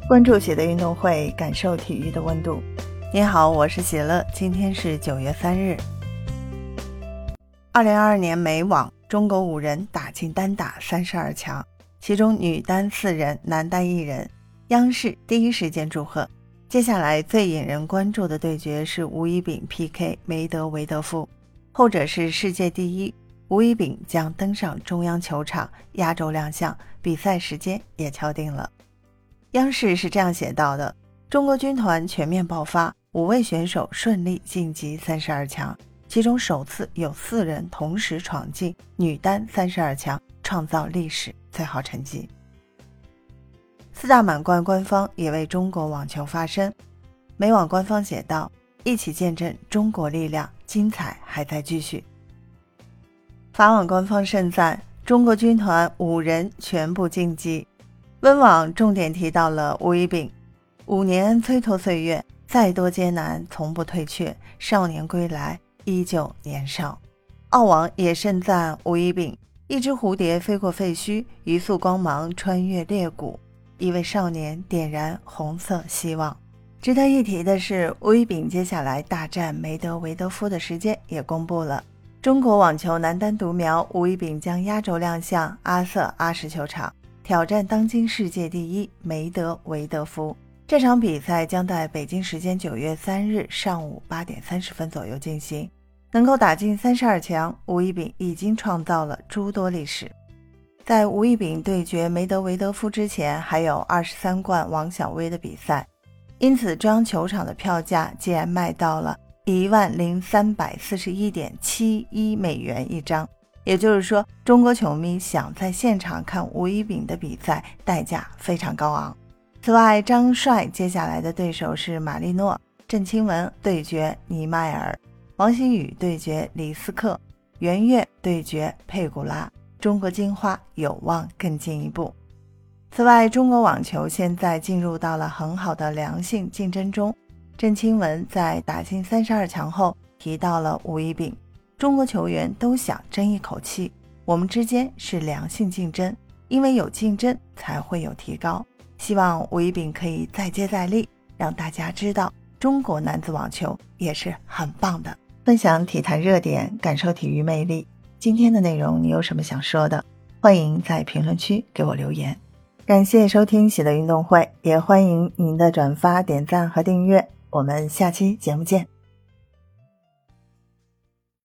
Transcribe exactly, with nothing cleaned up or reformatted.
关注喜乐运动会，感受体育的温度。你好，我是喜乐，今天是九月三日。二零二二年美网，中国五人打进单打三十二强，其中女单四人，男单一人。央视第一时间祝贺。接下来最引人关注的对决是吴一丙 P K 梅德韦德夫，后者是世界第一。吴一丙将登上中央球场，压轴亮相，比赛时间也敲定了。央视是这样写到的：中国军团全面爆发，五位选手顺利晋级三十二强，其中首次有四人同时闯进女单三十二强，创造历史最好成绩。四大满贯官方也为中国网球发声。美网官方写道：一起见证中国力量，精彩还在继续。法网官方盛赞中国军团五人全部晋级。温网重点提到了吴一丙，五年蹉跎岁月，再多艰难从不退却，少年归来依旧年少。澳网也盛赞吴一丙，一只蝴蝶飞过废墟，一束光芒穿越裂谷，一位少年点燃红色希望。值得一提的是，吴一丙接下来大战梅德韦德夫的时间也公布了。中国网球男单独苗吴一丙将压轴亮相阿瑟阿什球场，挑战当今世界第一梅德韦德夫。这场比赛将在北京时间九月三日上午八点三十分左右进行。能够打进三十二强，吴一丙已经创造了诸多历史。在吴一丙对决梅德韦德夫之前，还有二十三冠王晓薇的比赛，因此中央球场的票价竟然卖到了一万零三百四十一点七一美元一张。也就是说，中国球迷想在现场看吴一丙的比赛，代价非常高昂。此外，张帅接下来的对手是马利诺，郑钦文对决尼迈尔，王欣雨对决李斯克，袁岳对决佩古拉，中国金花有望更进一步。此外，中国网球现在进入到了很好的良性竞争中。郑钦文在打进三十二强后提到了吴一丙，中国球员都想争一口气，我们之间是良性竞争，因为有竞争才会有提高。希望吴一丙可以再接再厉，让大家知道中国男子网球也是很棒的。分享体坛热点，感受体育魅力。今天的内容你有什么想说的？欢迎在评论区给我留言。感谢收听喜乐运动会，也欢迎您的转发、点赞和订阅。我们下期节目见。